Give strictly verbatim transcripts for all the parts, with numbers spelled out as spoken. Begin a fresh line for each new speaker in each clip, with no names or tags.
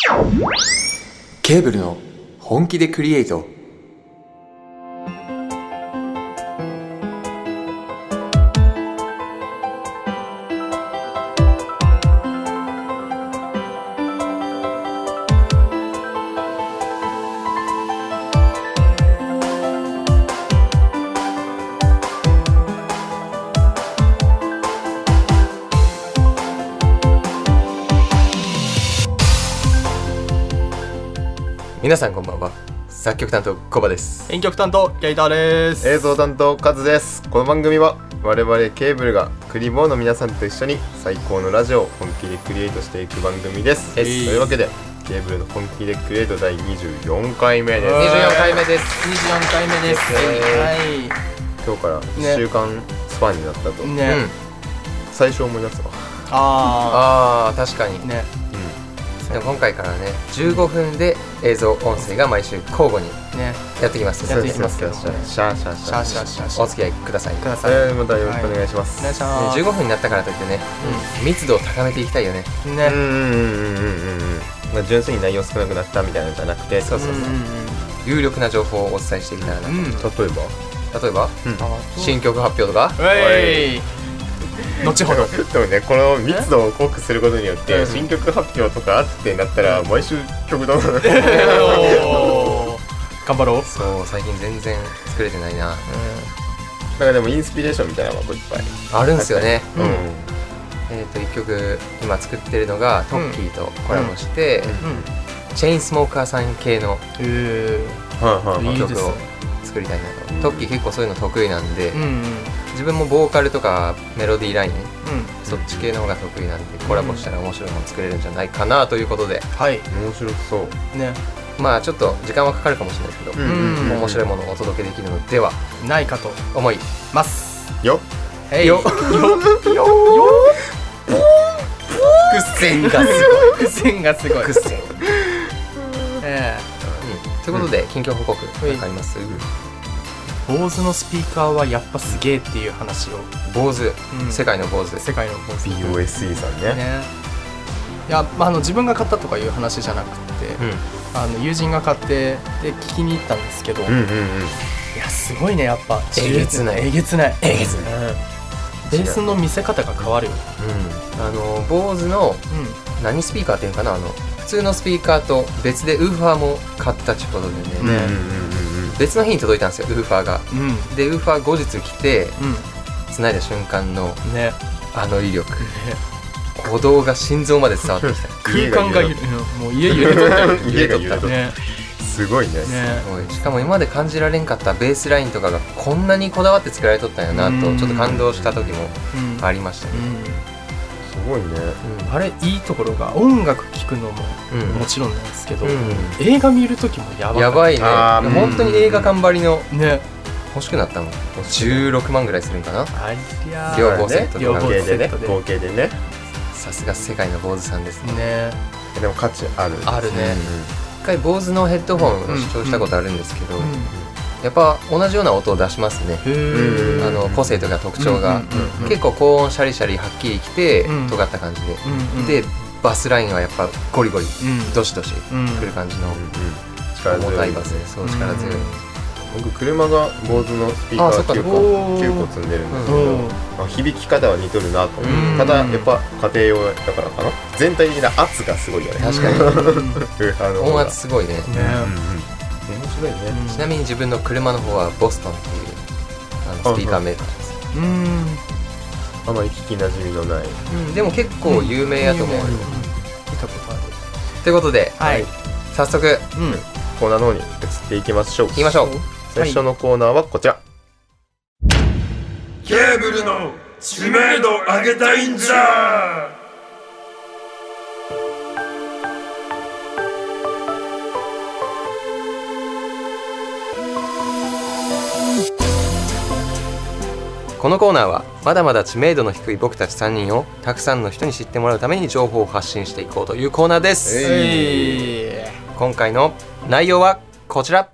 ケーブルの本気でクリエイト。
皆さんこんばんは。作曲担当コバです。
編曲担当ケイタです。
映像担当カズです。この番組は我々ケーブルがクリボーの皆さんと一緒に最高のラジオを本気でクリエイトしていく番組です。というわけでケーブルの本気でクリエイトだいにじゅうよんかいめです。
にじゅうよんかいめです。
にじゅうよんかいめです。はい。
今日からいっしゅうかんスパンになったと、
ね、
うん、最初思い出すわ。
ああ確かに
ね。
でも今回からねじゅうごふんで映像音声が毎週交互にやってきます。
やってきますけど、
シャーシャーシャーシャーシャーシャーシャー
お付き合いください。
ください。
えー、またよろしくお願いします。
お願いします。
じゅうごふんになったからといってね、うん、密度を高めていきたいよね。
ね。
うんうんうんうんうんうん。純粋に内容少なくなったみたいなのじゃなくて、
そうそうそう。有力な情報をお伝えしていきたいな。
例えば
例えば、うん、新曲発表とか。
はい。後ほど
でもね、この密度を濃くすることによって新曲発表とかあってなったら毎週曲だな。頑
張ろう。
そう最近全然作れてないな。
なんかでもインスピレーションみたいなのがいっぱい
あるんですよね。
うん、
えっといっきょく今作ってるのがトッキーとコラボしてチェインスモーカーさん系の曲を作りたいなと。トッキー結構そういうの得意なんで、自分もボーカルとかメロディーライン、うん、そっち系の方が得意なんでコラボしたら面白いもの作れるんじゃないかなということで、
はい、
面白そう
ね。
まあちょっと時間はかかるかもしれないですけど、うん、面白いものをお届けできるのでは
ないかと
思い
ます
よ。
へいよよよよ
伏線がすごい
伏線がすごい
伏線ええーうん、ということで、うん、近況報告わかります？
坊主のスピーカーはやっぱすげえっていう話を。
坊主、うん、世界の坊主
世界の坊主
ビーオーエスイー さんね。
ねいや、まあ、あの自分が買ったとかいう話じゃなくて、うん、あの友人が買ってで聞きに行ったんですけど、うんうんうん、いやすごいねやっぱ
えげつない
えげつない
えげつない、
うん、ベースの見せ方が変わるよ、
うん、あの坊主の、うん、何スピーカーっていうのかな、あの普通のスピーカーと別でウーファーも買ったちことでね、うんうんうん、別の日に届いたんですよウーファーが、うん、でウーファー後日来て、うん、繋いだ瞬間の、ね、あの威力、ね、鼓動が心臓まで伝わってきた
空間がもう家揺れとったよ
家が揺れとった、
ね、すごい ね, ね
すごい。しかも今まで感じられんかったベースラインとかがこんなにこだわって作られとったんやなとちょっと感動した時もありましたね、うんうん、
すごいね、
うん、あれいいところが音楽聴くのももちろんなんですけど、うん、映画見る時もやばい
やばいね。本当に映画館張りの
ね
欲しくなったのじゅうろくまんぐらいするんかな、
ありゃ
両方セットとか
合計でね合計でね。
さすが世界の坊主さんですね。
ね
でも価値ある
あるね、うん、一回坊主のヘッドホンを試聴したことあるんですけど、うんうん、やっぱ同じような音を出しますね。あの個性とか特徴が、うんうんうん、結構高音シャリシャリはっきりきて、うん、尖った感じで、うんうん、でバスラインはやっぱゴリゴリ、うん、ドシドシくる感じの、うんうん、重たいバスでそう力強い、うん、
僕車が坊主のスピーカーきゅうこきゅうこ積んでるんですけど、まあ、響き方は似とるなと思う。ただやっぱ家庭用だからかな、全体的な圧がすごいよね。
確かにあの音圧すごいね、ね、うんうん、面
白いね、
うん、ちなみに自分の車の方はボストンっていうあのスピーカーメーカーです。
うん、
あまり聞きなじみのない、
うん、でも結構有名やと思うよ、うん、見
たことある
ということで、
はい、
早速、うん、
コーナーの方に移っていきましょう。
行きましょう。
最初のコーナーはこちら、
ケーブルの知名度上げたいんじゃ。
このコーナーはまだまだ知名度の低い僕たちさんにんをたくさんの人に知ってもらうために情報を発信していこうというコーナーです、えー、今回の内容はこちら。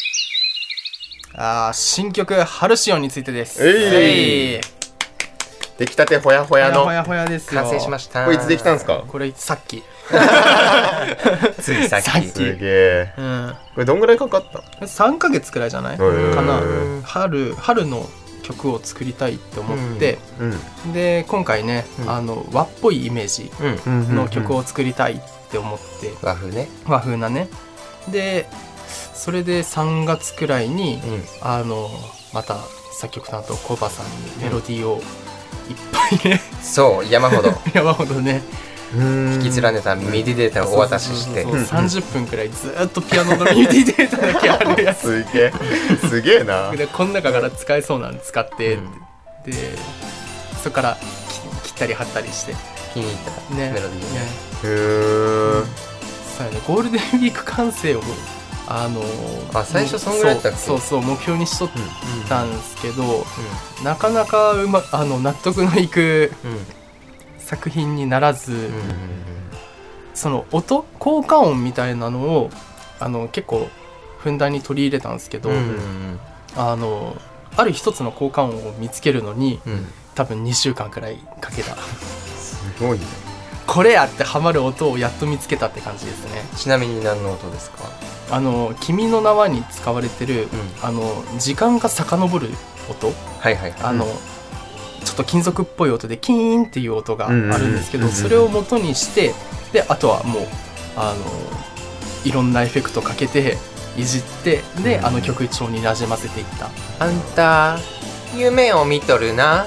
あ新曲ハルシオンについてです。
えい、えい出来たてほやほやの
ほやほやですよ。
完成しました。
これいつできたんですか？
これさっき
ついさっき。
さっき
すげえ。
うん
これどんぐらいかかった？
さんかげつくらいじゃない
へー
かな。春春の曲を作りたいって思って、
うん
で今回ね、
うん
あの和っぽいイメージ
うん。
の曲を作りたいって思って、
和風ね。
和風なね。でそれでさんがつくらいに、
うん。
あのまた作曲担当コバさんにメロディーをいっぱいね、
そう、山ほど
山ほどね
うん
引き連ねたミディデータをお渡しして
そうそうそうそうさんじゅっぷんくらいずっとピアノのミディデータだけあるやつ
すげえすげえな。
でこの中から使えそうなの使って、
うん
でそこからき切ったり貼ったりして
気に入った
ね
メロディーをね。
ね
へー
そうやねゴールデンウィーク完成をあの
あ最初そんぐらいだったっけ？
そうそうそう目標にしとっ
うん
たんですけど、なかなかうまあの納得のいく
うんうん
作品にならず、
うん
その音効果音みたいなのをあの結構ふんだんに取り入れたんですけど、
うんうん
あのある一つの効果音を見つけるのに
うんうん。
多分にしゅうかんくらいかけた
すごいね。
これやってハマる音をやっと見つけたって感じですね。
ちなみに何の音ですか？
あの君の名はに使われてる、
うん
あの時間が遡る音、
はいはいはい。
あの、ちょっと金属っぽい音でキーンっていう音があるんですけど、
うんうんうんうん
それを元にしてであとはもうあのいろんなエフェクトかけていじってで、
うん
あの曲調になじませていった
あんた夢を見とるな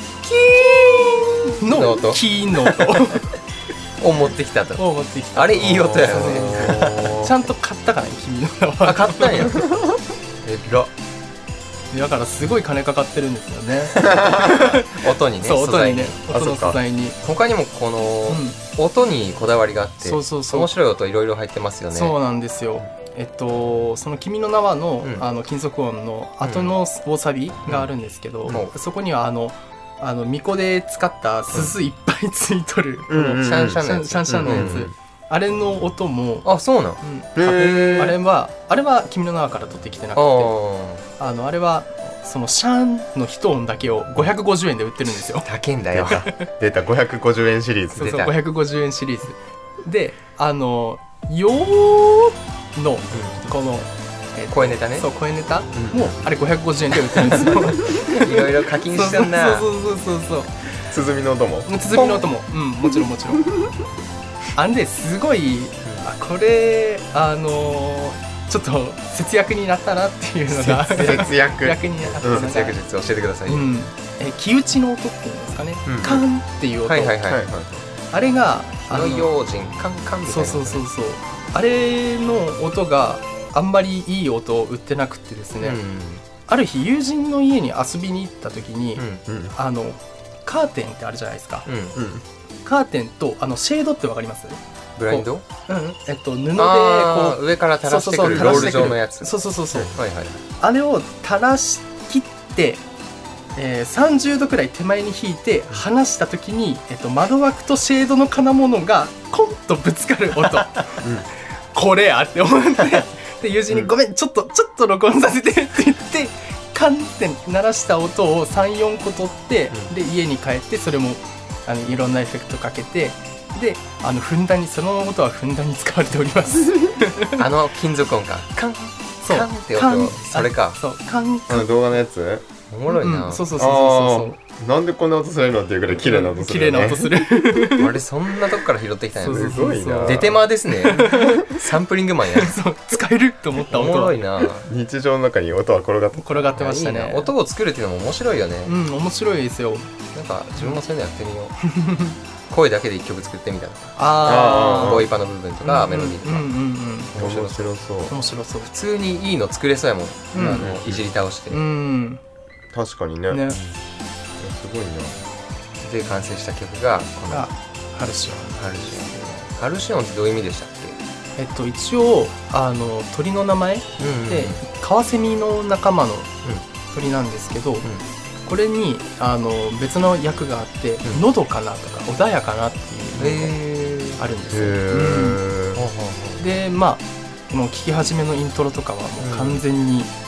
の
の
音
キーンの音
を持ってきたと。
を持ってきた。
あれいい音やよ
そう
ね。
ねちゃんと買ったからね君の名は。
あ買ったんや。えら
だからすごい金かかってるんですよね。
音にね。
そう
素材
音にね
あ
音の素材に。
他にもこの
うん
音にこだわりがあって、
そうそうそう
面白い音いろいろ入ってますよね。
そうなんですよ。えっと、その「君の名はの」
うん
あの金属音の後の大サビがあるんですけど、
うん
そこにはあのあの巫女で使った鈴いっぱいついとる、
うんうんうん
シャンシャンのやつ。
シャンシャンのやつ、
うん
あれの音も、
あそうなん。
うん
へー
あれはあれは「君の名は」から取ってきてなくて、
あ
あのあれはそのシャンの一音だけをごひゃくごじゅうえんで売ってるんですよ。
あ高いんだよ。
出たごひゃくごじゅうえんシリーズ
そうそう
出た
ごひゃくごじゅうえんシリーズで、あの「よー」のこの、えっと
声ネタね
そう声ネタ
うん
もあれごひゃくごじゅうえんで売ってるんですよ。
いろいろ課金してんな。
そうそうそうそうそう
鼓の音も
そう鼓の音もうんもちろんもちろんあんですごいあこれあのーちょっと節約になったなっていうのが
節約
逆になったのが
節約術教えてくださいよ。
うんえ木打ちの音っていうんですかね、
うん
カンっていう音、
はいはいはい。
はいはい
あれが
あの用心カンカンみたいな。
そうそうそうそうあれの音があんまりいい音を売ってなくてですね、
うん
ある日友人の家に遊びに行った時に、
うん
うん
あのカーテンってあるじゃないですか、
うん。
うん
カーテンとあのシェードってわかります？
ブラインド？
うんえっと布でこ
あー上から垂らしてくるロール状のやつ。
うそうそうそうそう
はいはい。
あれを垂らし切って、えー、さんじゅうどくらい手前に引いて離した時に、えっと、窓枠とシェードの金物がコンとぶつかる音、これやって思ってで友人に「ごめんちょっとちょっと録音させて」って言ってカンって鳴らした音をさんよんこ取って、で家に帰ってそれもあのいろんなエフェクトかけてであのふんだんにその音はふんだんに使われております
あの金属音がカン
そう
カンって
カン
音それか
あそうカン
あの動画のやつ
おもろいな、
うん、そうそうそうそうそう
あーなんでこんな音するのっていうぐらい綺麗な音する
綺麗
よね
な音する
あれそんなとこから拾ってきたんや
そうそう
すごいな
デテマーですねサンプリングマンや
そう使えると思った
お
音は
もろいな
日常の中に音は転がって
転がってました
いい
ね
な音を作るっていうのも面白いよね、
うん面白いですよ
なんか自分もそういうのやってみよう声だけで一曲作ってみたとか
あ
ボイパの部分とかメロディーとか、
うんうんうん
面白
面白そう
面白そう
普通にいいの作れそうやもん、
うん
あのいじり倒して、
うん
確かにね
ね
すごいな
で完成した曲がこの
がハルシオン
ハルシオンハルシオンってどういう意味でしたっ
えっと一応あの鳥の名前
け、うん
でカワセミの仲間の鳥なんですけど、これにあの別の役があって、
うん
のどかなとか穏やかなっていうの
へー
があるんですよ、
へ
うん
ー
ほうほうほう
でまあこの聴き始めのイントロとかはもう完全に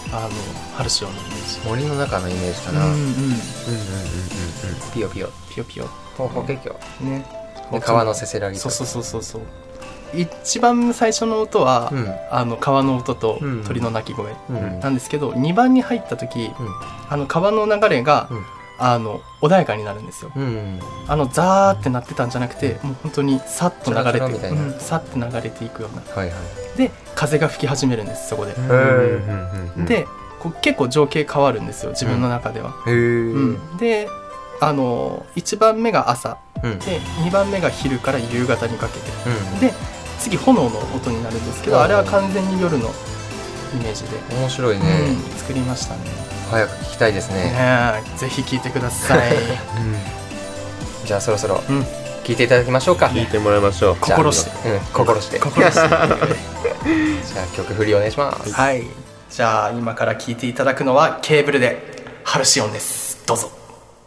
あのハルシオンのイメージ。
森の中のイメージかな、
うんうん、
ピヨピヨ
ピヨピヨ
ほうほけきょ
ね、
で川のせせらぎと
そうそうそうそうそう。一番最初の音は、
うん
あの川の音と
うん
鳥の鳴き声
うん
なんですけど、にばんに入った時、
うん
あの川の流れが、
うん
あの穏やかになるんですよ。
うん
あのザーってなってたんじゃなくて、もう本当にさっと流れて
チャラチャラみたいな
うん、さって流れていくような
はいはい
で風が吹き始めるんですそこで、
へ
でこう結構情景変わるんですよ自分の中では、
え
うんであのいちばんめが朝
うん
でにばんめが昼から夕方にかけて
うん
で次炎の音になるんですけど、
うん
あれは完全に夜のイメージで、
面白いね、
うん、作りましたね。
早く聞きたいですね。
ねえぜひ聞いてください。
じゃあそろそろ
うん
聞いていただきましょうか。
聞いてもらいましょう。
じゃあ
心して
うん、心して。
心して
じゃあ曲振りお願いします。
はい、じゃあ今から聞いていただくのはケーブルでハルシオンです。どうぞ。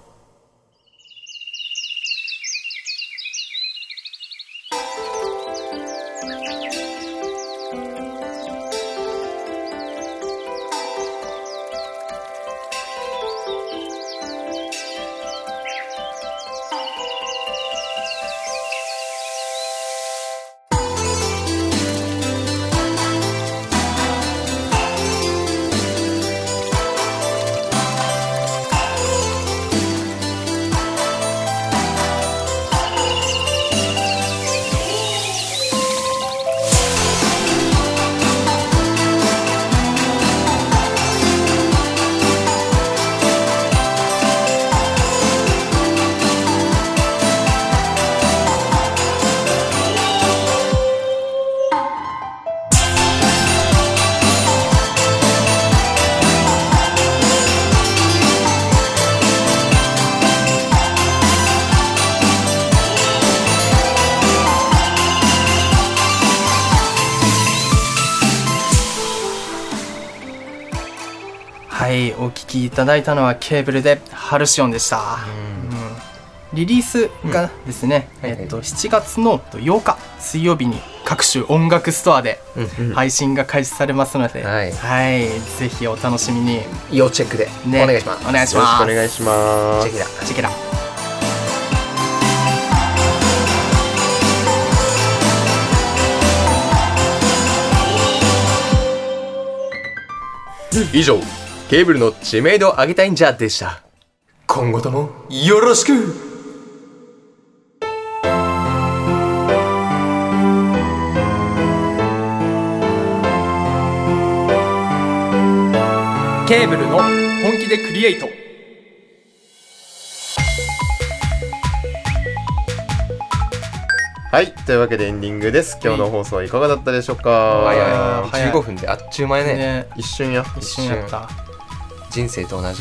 はい、お聴きいただいたのはケーブルでハルシオンでした、うんリリースがですね、
うんはいはい
えっと、しちがつのようか水曜日に各種音楽ストアで
うん
配信が開始されますので、
はい
はい、ぜひお楽しみに、
要チェックで
ね、
お願いします。
お願いし
よろし
ます。
くお願いしま
チェッ
す。
クだ。
チェケラ。
以上、ケーブルの知名度を上げたいんじゃでした。今後ともよろしく。
ケーブルの本気でクリエイト。
はい、というわけでエンディングです。今日の放送はいかがだったでしょうか。
早い。
早い
じゅうごふんであっちゅう間やね。
ね、
一瞬や。
一瞬やった。
人生と同じ。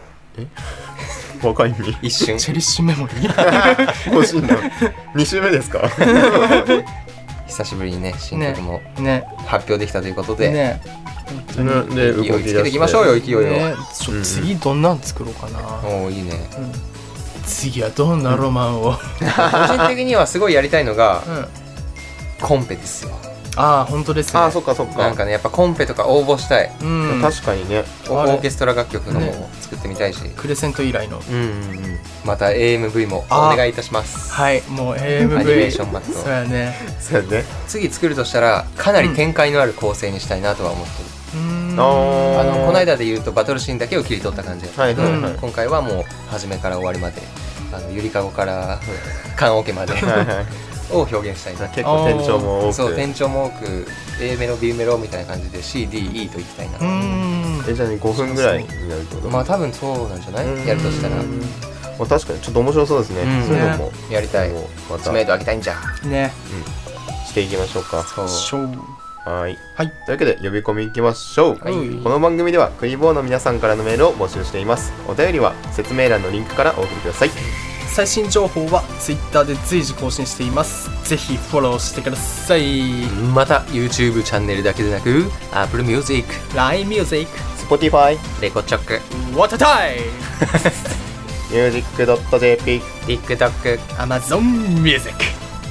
若い意味。
一瞬。
チェリッシュメモリー。
欲しいな。に週目ですか。
久しぶりにね、新曲も
ね、
発表できたということで、
ね、本当に。
で、動
勢いつけて
き出して
いきましょうよ、勢いを。
ね、ちょ
うん
次どんなん作ろうかな。
おお、いいね。
次はどんなロマンを。
個人的にはすごいやりたいのが、
うん。
コンペですよ。
ああ、本当ですね。
ああ、そっかそっか。
なんかね、やっぱコンペとか応募したい。
うん。
確かにね。
あれ
オーケストラ楽曲のも
ね
作ってみたいし。
クレセント以来の。
うんうんうん。また エーエムブイ もお願いいたします。
はい、もう エーエムブイ。
アニメーションマット
そうやね。
そうやね。
次作るとしたら、かなり展開のある構成にしたいなとは思ってる。
うーん。
あ
あのこの間で言うとバトルシーンだけを切り取った感じだったけど、
はいはいはい。
うん
今回はもう初めから終わりまであのゆりかごから棺桶まで
はいはい。
を表現したいな。
結構店長も多く。
そう転調も多く A メロ B メロみたいな感じで シーディーイー といきたいな。
うーん。
え、じゃあごふんぐらいになるってこと？
まあ多分そうなんじゃない
うん
やるとしたら。
まあ確かにちょっと面白そうですね。
うん
そういうのも
やりたい。
もうまた
知名度上げたいんじゃ。
ね。
していきましょうか。
そう。
しょう。
はい。
はい。
というわけで呼び込みいきましょう。
はい
この番組ではクリボーの皆さんからのメールを募集しています。お便りは説明欄のリンクからお送りください。
最新情報はツイッターで随時更新しています。ぜひフォローしてください。
また YouTube チャンネルだけでなく Apple Music、
ライン Music、
Spotify、
レコチョック、
What a Time、
ミュージックドットジェーピー、
TikTok、
Amazon Music。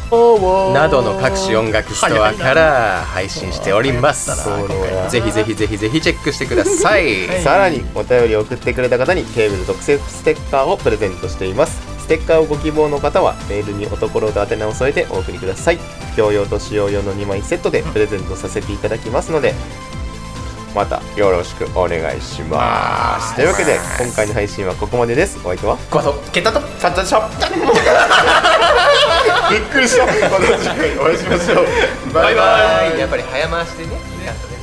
などの各種音楽ストアから配信しております。ぜひぜひぜひぜひチェックしてください。
さらにお便りを送ってくれた方にケーブル特製ステッカーをプレゼントしています。ステッカーをご希望の方はメールにおところと宛名を添えてお送りください。共用と使用用のにまいセットでプレゼントさせていただきますので、またよろしくお願いします。というわけで今回の配信はここまでです。お相手は
ゴトケタと
カッチャショびっくりした。また次回お会いしましょう。バイバイ。
やっぱり早回しでね。